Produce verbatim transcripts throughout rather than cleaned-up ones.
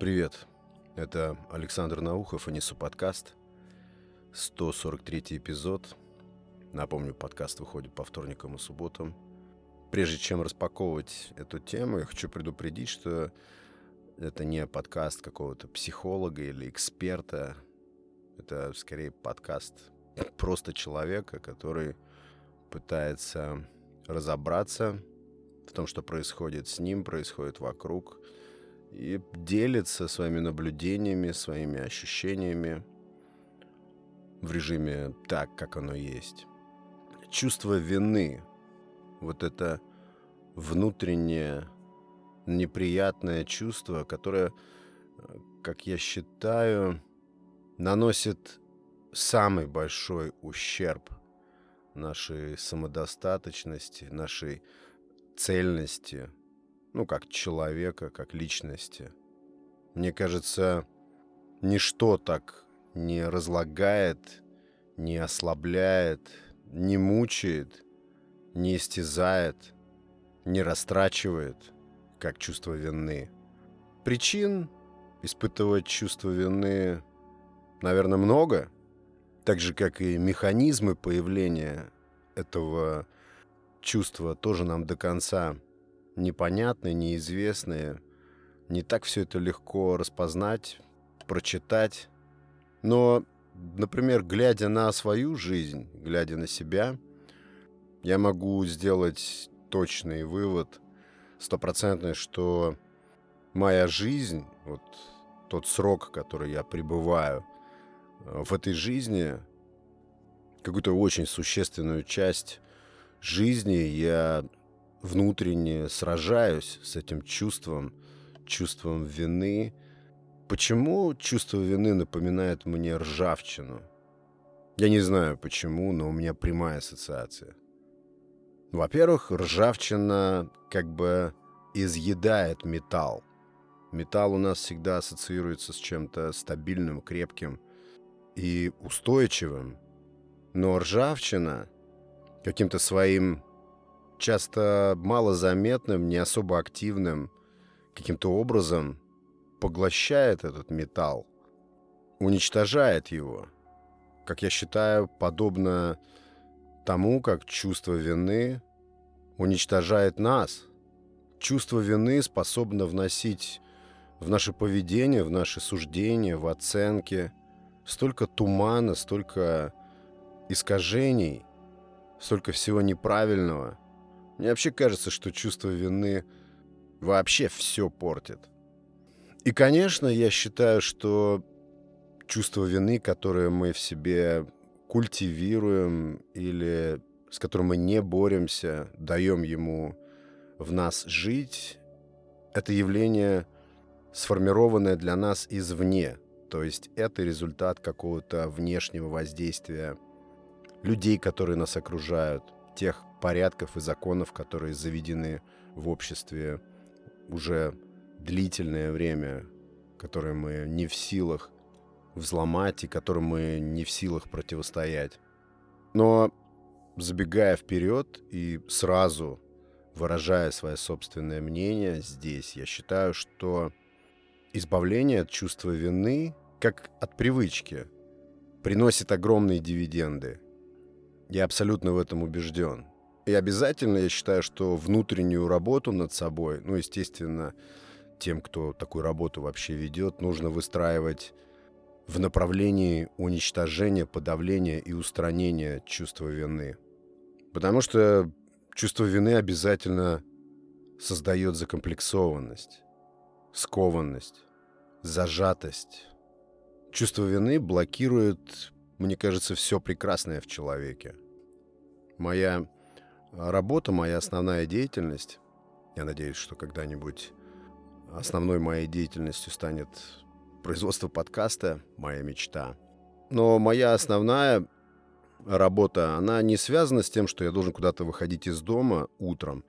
Привет, это Александр Наухов и Несу подкаст, сто сорок третий эпизод. Напомню, подкаст выходит по вторникам и субботам. Прежде чем распаковывать эту тему, я хочу предупредить, что это не подкаст какого-то психолога или эксперта. Это скорее подкаст просто человека, который пытается разобраться в том, что происходит с ним, происходит вокруг, и делится своими наблюдениями, своими ощущениями в режиме так, как оно есть. Чувство вины, вот это внутреннее неприятное чувство, которое, как я считаю, наносит самый большой ущерб нашей самодостаточности, нашей цельности, ну, как человека, как личности. Мне кажется, ничто так не разлагает, не ослабляет, не мучает, не истязает, не растрачивает, как чувство вины. Причин испытывать чувство вины, наверное, много, так же, как и механизмы появления этого чувства тоже нам до конца непонятные, неизвестные. Не так все это легко распознать, прочитать. Но, например, глядя на свою жизнь, глядя на себя, я могу сделать точный вывод, стопроцентный, что моя жизнь, вот тот срок, который я пребываю в этой жизни, какую-то очень существенную часть жизни я внутренне сражаюсь с этим чувством, чувством вины. Почему чувство вины напоминает мне ржавчину? Я не знаю почему, но у меня прямая ассоциация. Во-первых, ржавчина как бы изъедает металл. Металл у нас всегда ассоциируется с чем-то стабильным, крепким и устойчивым. Но ржавчина каким-то своим часто малозаметным, не особо активным каким-то образом поглощает этот металл, уничтожает его. Как я считаю, подобно тому, как чувство вины уничтожает нас. Чувство вины способно вносить в наше поведение, в наши суждения, в оценки столько тумана, столько искажений, столько всего неправильного. Мне вообще кажется, что чувство вины вообще все портит. И, конечно, я считаю, что чувство вины, которое мы в себе культивируем или с которым мы не боремся, даем ему в нас жить, это явление, сформированное для нас извне. То есть это результат какого-то внешнего воздействия людей, которые нас окружают, тех порядков и законов, которые заведены в обществе уже длительное время, которые мы не в силах взломать и которым мы не в силах противостоять. Но забегая вперед и сразу выражая свое собственное мнение здесь, я считаю, что избавление от чувства вины, как от привычки, приносит огромные дивиденды. Я абсолютно в этом убежден. И обязательно я считаю, что внутреннюю работу над собой, ну, естественно, тем, кто такую работу вообще ведет, нужно выстраивать в направлении уничтожения, подавления и устранения чувства вины. Потому что чувство вины обязательно создает закомплексованность, скованность, зажатость. Чувство вины блокирует, мне кажется, все прекрасное в человеке. Моя работа, моя основная деятельность, я надеюсь, что когда-нибудь основной моей деятельностью станет производство подкаста, моя мечта. Но моя основная работа, она не связана с тем, что я должен куда-то выходить из дома утром.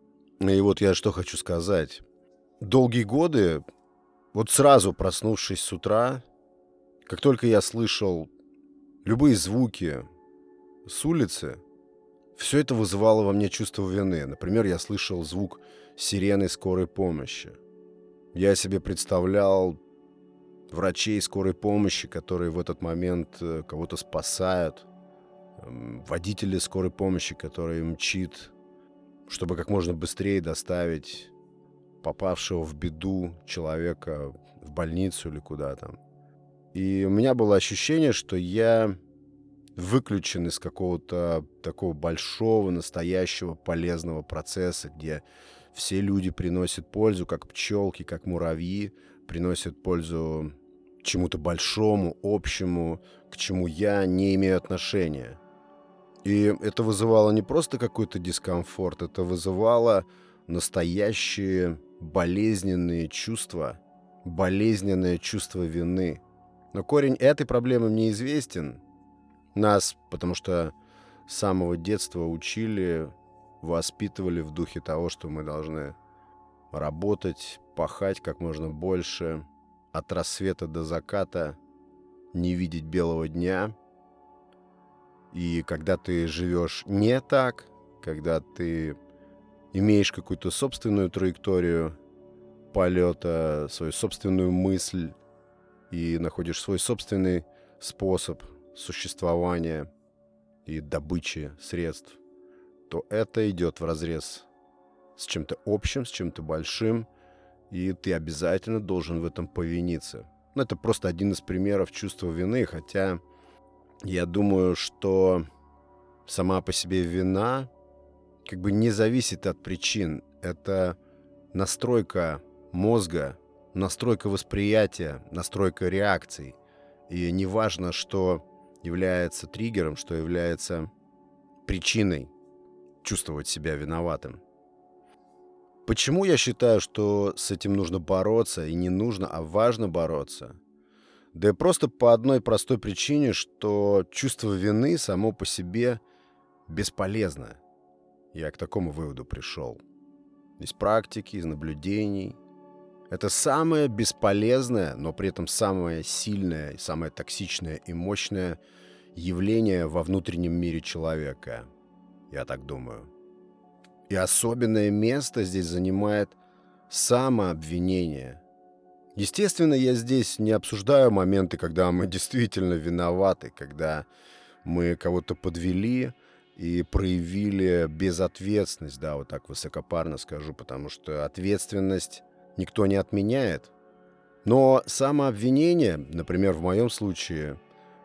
И вот я что хочу сказать. Долгие годы, вот сразу проснувшись с утра, как только я слышал любые звуки с улицы, все это вызывало во мне чувство вины. Например, я слышал звук сирены скорой помощи. Я себе представлял врачей скорой помощи, которые в этот момент э, кого-то спасают, эм, водителей скорой помощи, который мчит, чтобы как можно быстрее доставить попавшего в беду человека в больницу или куда там. И у меня было ощущение, что я выключен из какого-то такого большого, настоящего, полезного процесса, где все люди приносят пользу, как пчелки, как муравьи, приносят пользу чему-то большому, общему, к чему я не имею отношения. И это вызывало не просто какой-то дискомфорт, это вызывало настоящие болезненные чувства, болезненное чувство вины. Но корень этой проблемы мне известен. Нас, потому что с самого детства учили, воспитывали в духе того, что мы должны работать, пахать как можно больше, от рассвета до заката, не видеть белого дня. И когда ты живешь не так, когда ты имеешь какую-то собственную траекторию полета, свою собственную мысль и находишь свой собственный способ существования и добычи средств, то это идет вразрез с чем-то общим, с чем-то большим, и ты обязательно должен в этом повиниться. Ну, это просто один из примеров чувства вины, хотя я думаю, что сама по себе вина как бы не зависит от причин. Это настройка мозга, настройка восприятия, настройка реакций. И неважно, что является триггером, что является причиной чувствовать себя виноватым. Почему я считаю, что с этим нужно бороться, и не нужно, а важно бороться? Да и просто по одной простой причине, что чувство вины само по себе бесполезно. Я к такому выводу пришел. Из практики, из наблюдений. Это самое бесполезное, но при этом самое сильное, самое токсичное и мощное явление во внутреннем мире человека. Я так думаю. И особенное место здесь занимает самообвинение. Естественно, я здесь не обсуждаю моменты, когда мы действительно виноваты, когда мы кого-то подвели и проявили безответственность, да, вот так высокопарно скажу, потому что ответственность никто не отменяет. Но самообвинение, например, в моем случае,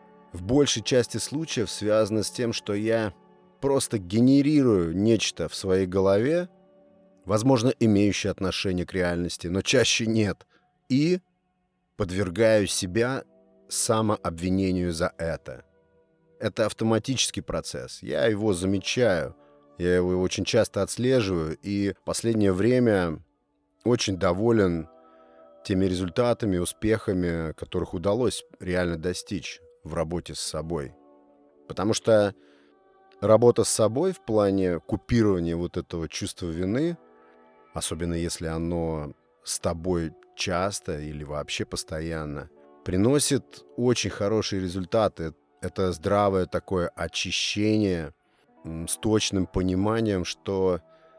в большей части случаев связано с тем, что я просто генерирую нечто в своей голове, возможно, имеющее отношение к реальности, но чаще нет, и подвергаю себя самообвинению за это. Это автоматический процесс. Я его замечаю, я его очень часто отслеживаю, и в последнее время очень доволен теми результатами, успехами, которых удалось реально достичь в работе с собой. Потому что работа с собой в плане купирования вот этого чувства вины, особенно если оно с тобой часто или вообще постоянно, приносит очень хорошие результаты. Это здравое такое очищение с точным пониманием, что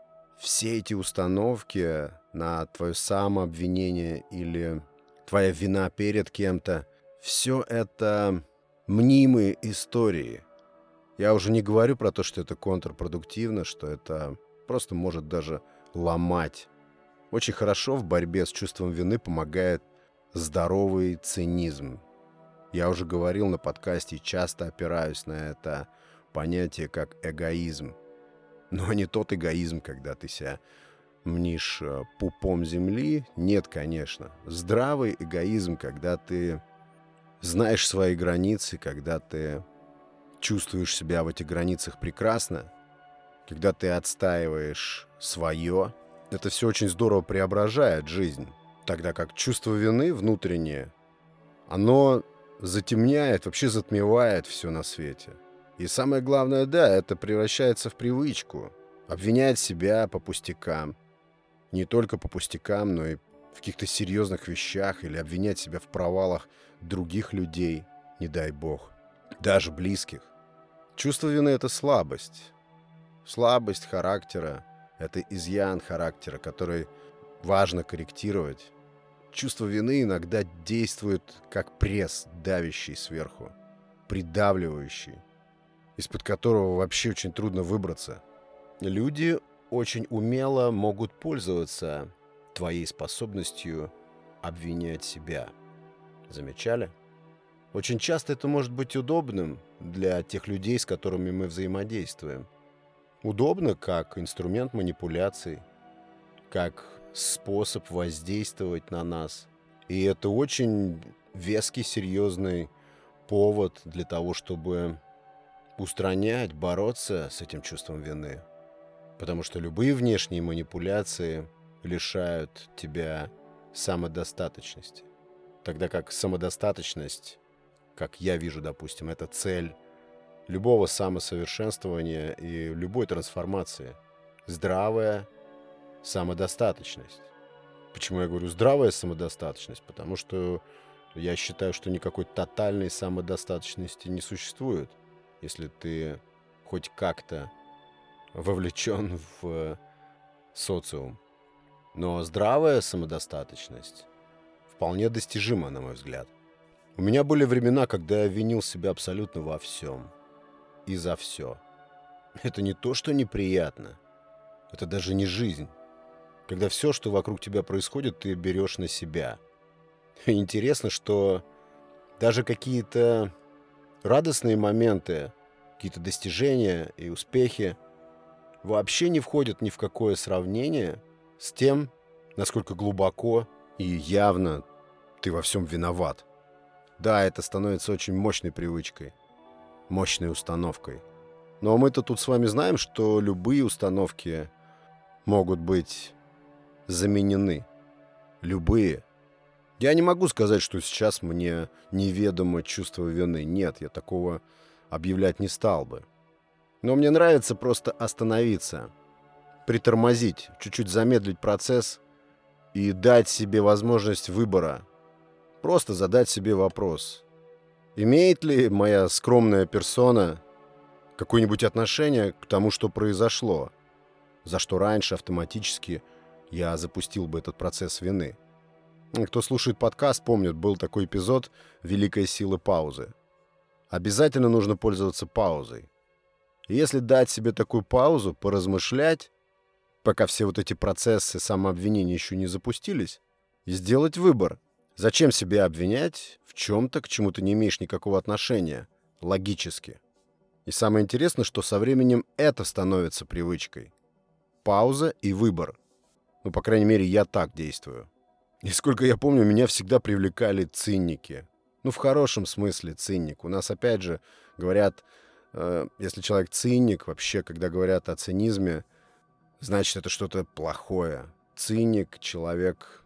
все эти установки на твое самообвинение или твоя вина перед кем-то, все это мнимые истории. Я уже не говорю про то, что это контрпродуктивно, что это просто может даже ломать. Очень хорошо в борьбе с чувством вины помогает здоровый цинизм. Я уже говорил на подкасте и часто опираюсь на это понятие как эгоизм. Но не тот эгоизм, когда ты себя мнишь пупом земли. Нет, конечно. Здравый эгоизм, когда ты знаешь свои границы, когда ты чувствуешь себя в этих границах прекрасно, когда ты отстаиваешь свое. Это все очень здорово преображает жизнь. Тогда как чувство вины внутреннее, оно затемняет, вообще затмевает все на свете. И самое главное, да, это превращается в привычку. Обвинять себя по пустякам. Не только по пустякам, но и в каких-то серьезных вещах. Или обвинять себя в провалах других людей, не дай бог. Даже близких. Чувство вины — это слабость. Слабость характера — это изъян характера, который важно корректировать. чувство вины иногда действует как пресс, давящий сверху, придавливающий, из-под которого вообще очень трудно выбраться. Люди очень умело могут пользоваться твоей способностью обвинять себя. Замечали? Очень часто это может быть удобным для тех людей, с которыми мы взаимодействуем. Удобно как инструмент манипуляций, как способ воздействовать на нас. И это очень веский, серьезный повод для того, чтобы устранять, бороться с этим чувством вины. Потому что любые внешние манипуляции лишают тебя самодостаточности. Тогда как самодостаточность, как я вижу, допустим, это цель любого самосовершенствования и любой трансформации. Здравая самодостаточность. Почему я говорю здравая самодостаточность? Потому что я считаю, что никакой тотальной самодостаточности не существует, если ты хоть как-то вовлечен в социум. Но здравая самодостаточность вполне достижима, на мой взгляд. У меня были времена, когда я винил себя абсолютно во всем. И за все. Это не то, что неприятно. Это даже не жизнь. Когда все, что вокруг тебя происходит, ты берешь на себя. И интересно, что даже какие-то радостные моменты, какие-то достижения и успехи вообще не входят ни в какое сравнение с тем, насколько глубоко и явно ты во всем виноват. Да, это становится очень мощной привычкой, мощной установкой. Но мы-то тут с вами знаем, что любые установки могут быть заменены. Любые. Я не могу сказать, что сейчас мне неведомо чувство вины. Нет, я такого объявлять не стал бы. Но мне нравится просто остановиться, притормозить, чуть-чуть замедлить процесс и дать себе возможность выбора. Просто задать себе вопрос. Имеет ли моя скромная персона какое-нибудь отношение к тому, что произошло, за что раньше автоматически я запустил бы этот процесс вины? Кто слушает подкаст, помнит, был такой эпизод «Великая сила паузы». Обязательно нужно пользоваться паузой. И если дать себе такую паузу, поразмышлять, пока все вот эти процессы самообвинения еще не запустились, и сделать выбор. Зачем себя обвинять в чем-то, к чему ты не имеешь никакого отношения, логически? И самое интересное, что со временем это становится привычкой. Пауза и выбор. Ну, по крайней мере, я так действую. И сколько я помню, меня всегда привлекали циники. Ну, в хорошем смысле циник. У нас, опять же, говорят, э, если человек циник, вообще, когда говорят о цинизме, значит, это что-то плохое. Циник, человек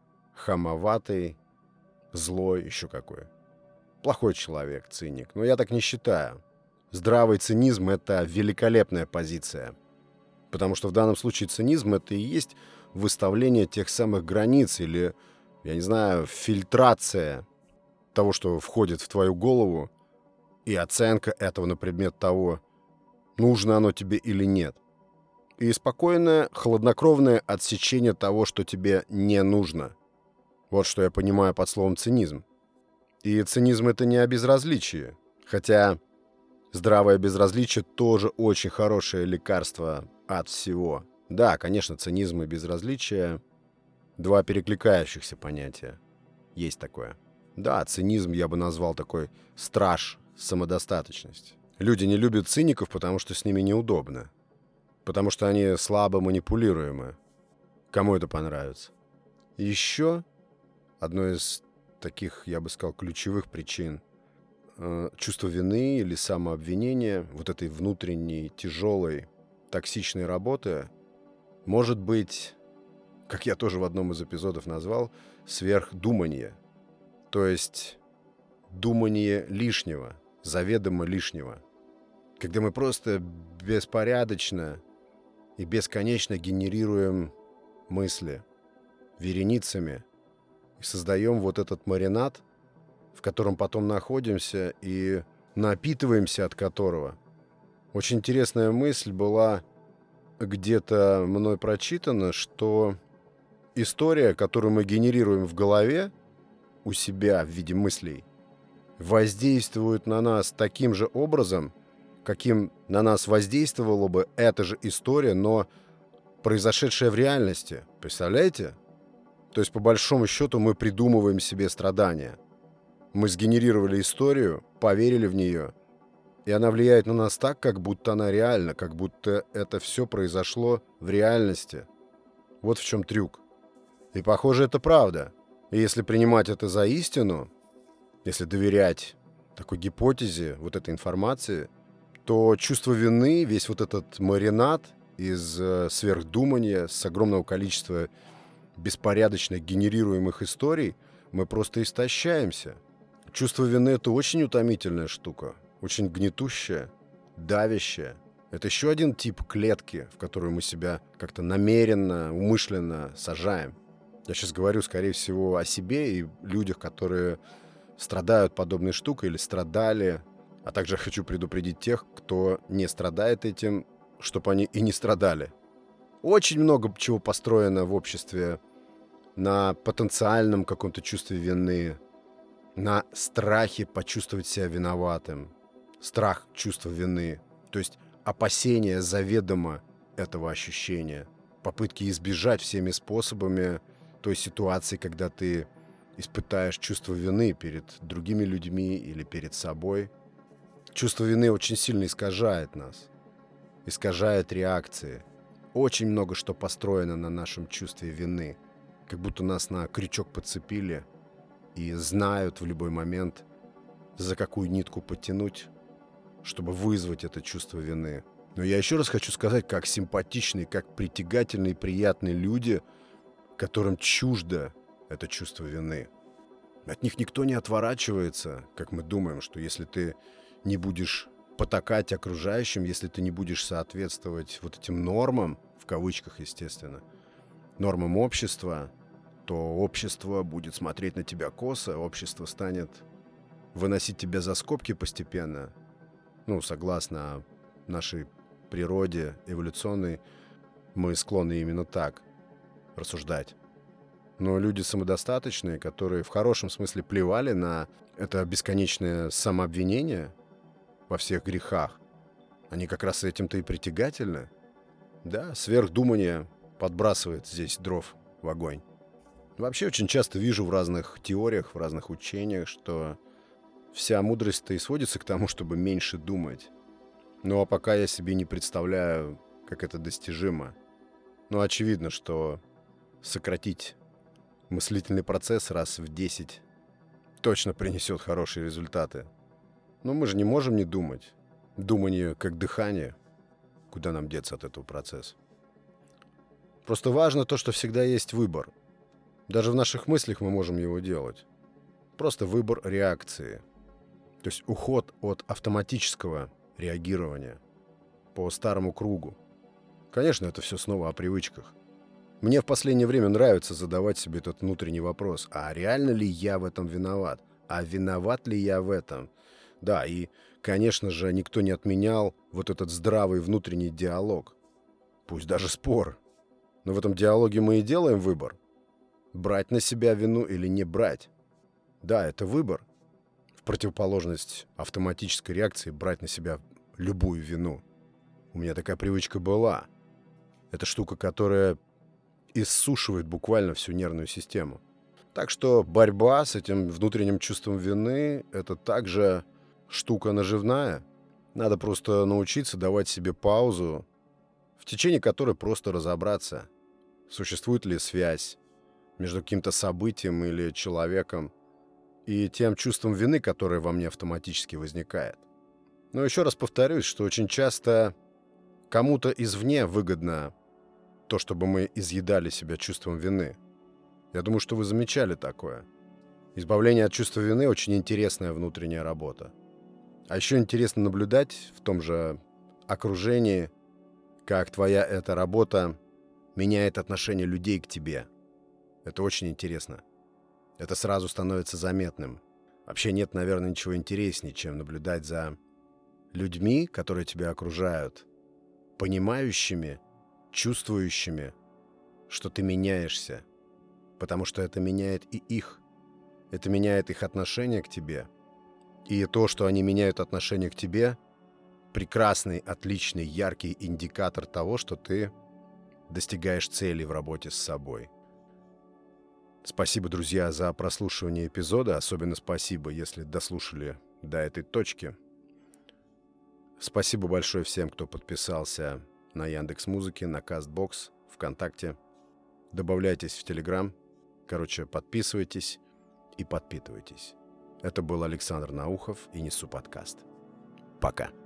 хамоватый, злой, еще какой. Плохой человек, циник. Но я так не считаю. Здравый цинизм — это великолепная позиция. Потому что в данном случае цинизм — это и есть выставление тех самых границ или, я не знаю, фильтрация того, что входит в твою голову, и оценка этого на предмет того, нужно оно тебе или нет. И спокойное, хладнокровное отсечение того, что тебе не нужно. Вот что я понимаю под словом цинизм. И цинизм — это не о безразличии. Хотя здравое безразличие тоже очень хорошее лекарство от всего. Да, конечно, цинизм и безразличие — два перекликающихся понятия. Есть такое. Да, цинизм я бы назвал такой страж самодостаточности. Люди не любят циников, потому что с ними неудобно. Потому что они слабо манипулируемы. Кому это понравится? Еще одно из таких, я бы сказал, ключевых причин э, чувства вины или самообвинения, вот этой внутренней, тяжелой, токсичной работы, может быть, как я тоже в одном из эпизодов назвал, сверхдумание. То есть думание лишнего, заведомо лишнего. Когда мы просто беспорядочно и бесконечно генерируем мысли вереницами и создаем вот этот маринад, в котором потом находимся и напитываемся от которого. Очень интересная мысль была где-то мной прочитана, что история, которую мы генерируем в голове у себя в виде мыслей, воздействует на нас таким же образом, каким на нас воздействовала бы эта же история, но произошедшая в реальности. Представляете? То есть, по большому счету, мы придумываем себе страдания. Мы сгенерировали историю, поверили в нее, и она влияет на нас так, как будто она реальна, как будто это все произошло в реальности. Вот в чем трюк. И, похоже, это правда. И если принимать это за истину, если доверять такой гипотезе, вот этой информации, то чувство вины, весь вот этот маринад из э, сверхдумания, с огромного количества беспорядочно генерируемых историй, мы просто истощаемся. Чувство вины — это очень утомительная штука, очень гнетущая, давящая. Это еще один тип клетки, в которую мы себя как-то намеренно, умышленно сажаем. Я сейчас говорю, скорее всего, о себе и людях, которые страдают подобной штукой или страдали. А также хочу предупредить тех, кто не страдает этим, чтобы они и не страдали. Очень много чего построено в обществе на потенциальном каком-то чувстве вины, на страхе почувствовать себя виноватым. Страх чувства вины. То есть опасение заведомо этого ощущения. Попытки избежать всеми способами той ситуации, когда ты испытаешь чувство вины перед другими людьми или перед собой. Чувство вины очень сильно искажает нас. Искажает реакции. Очень много что построено на нашем чувстве вины. Как будто нас на крючок подцепили и знают в любой момент, за какую нитку потянуть, чтобы вызвать это чувство вины. Но я еще раз хочу сказать, как симпатичные, как притягательные и приятные люди, которым чуждо это чувство вины. От них никто не отворачивается, как мы думаем, что если ты не будешь потакать окружающим, если ты не будешь соответствовать вот этим нормам, в кавычках, естественно, нормам общества, то общество будет смотреть на тебя косо, общество станет выносить тебя за скобки постепенно. Ну, согласно нашей природе эволюционной, мы склонны именно так рассуждать. Но люди самодостаточные, которые в хорошем смысле плевали на это бесконечное самообвинение во всех грехах, они как раз этим-то и притягательны. Да, сверхдумание подбрасывает здесь дров в огонь. Вообще очень часто вижу в разных теориях, в разных учениях, что вся мудрость-то и сводится к тому, чтобы меньше думать. Ну а пока я себе не представляю, как это достижимо. Но очевидно, что сократить мыслительный процесс раз в десять точно принесет хорошие результаты. Но мы же не можем не думать. Думание как дыхание. Куда нам деться от этого процесса? Просто важно то, что всегда есть выбор. Даже в наших мыслях мы можем его делать. Просто выбор реакции. То есть уход от автоматического реагирования по старому кругу. Конечно, это все снова о привычках. Мне в последнее время нравится задавать себе этот внутренний вопрос. А реально ли я в этом виноват? А виноват ли я в этом? Да, и, конечно же, никто не отменял вот этот здравый внутренний диалог. Пусть даже спор. Но в этом диалоге мы и делаем выбор. Брать на себя вину или не брать. Да, это выбор. В противоположность автоматической реакции брать на себя любую вину. У меня такая привычка была. Это штука, которая иссушивает буквально всю нервную систему. Так что борьба с этим внутренним чувством вины — это также штука наживная. Надо просто научиться давать себе паузу, в течение которой просто разобраться, существует ли связь между каким-то событием или человеком и тем чувством вины, которое во мне автоматически возникает. Но еще раз повторюсь, что очень часто кому-то извне выгодно то, чтобы мы изъедали себя чувством вины. Я думаю, что вы замечали такое. Избавление от чувства вины — очень интересная внутренняя работа. А еще интересно наблюдать в том же окружении, как твоя эта работа меняет отношение людей к тебе. Это очень интересно. Это сразу становится заметным. Вообще нет, наверное, ничего интереснее, чем наблюдать за людьми, которые тебя окружают, понимающими, чувствующими, что ты меняешься, потому что это меняет и их. Это меняет их отношение к тебе. И то, что они меняют отношение к тебе, прекрасный, отличный, яркий индикатор того, что ты достигаешь цели в работе с собой. Спасибо, друзья, за прослушивание эпизода. Особенно спасибо, если дослушали до этой точки. Спасибо большое всем, кто подписался на Яндекс.Музыке, на Кастбокс, ВКонтакте. Добавляйтесь в Телеграм. Короче, подписывайтесь и подпитывайтесь. Это был Александр Наухов и Несу подкаст. Пока.